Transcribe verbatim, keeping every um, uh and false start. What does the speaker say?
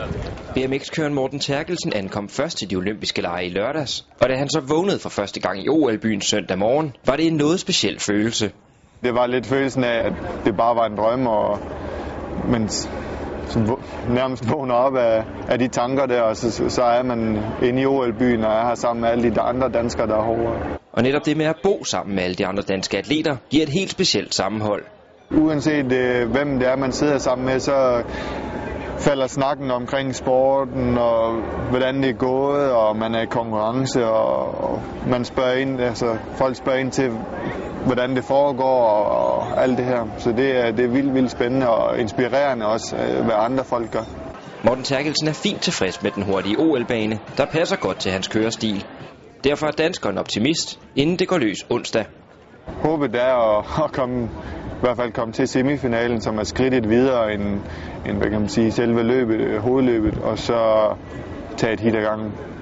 B M X-køren Morten Terkelsen ankom først til de olympiske lege i lørdags, og da han så vågnede for første gang i O L-byen søndag morgen, var det en noget speciel følelse. Det var lidt følelsen af, at det bare var en drøm, og men så nærmest vågner op af, af de tanker der, og så, så er man inde i O L-byen og er her sammen med alle de andre danskere, der er herovre. Og netop det med at bo sammen med alle de andre danske atleter giver et helt specielt sammenhold. Uanset øh, hvem det er, man sidder sammen med, så falder snakken omkring sporten og hvordan det er gået, og man er i konkurrence, og, og man spørger ind, altså folk spørger ind til, hvordan det foregår og, og alt det her. Så det er, det er vildt, vildt spændende og inspirerende også, hvad andre folk gør. Morten Terkelsen er fint tilfreds med den hurtige O L-bane, der passer godt til hans kørestil. Derfor er danskeren optimist, inden det går løs onsdag. Håbet er at, at komme, i hvert fald komme til semifinalen, som er skridtet videre end, end hvad kan man sige, selve løbet, hovedløbet, og så tage et hit ad gangen.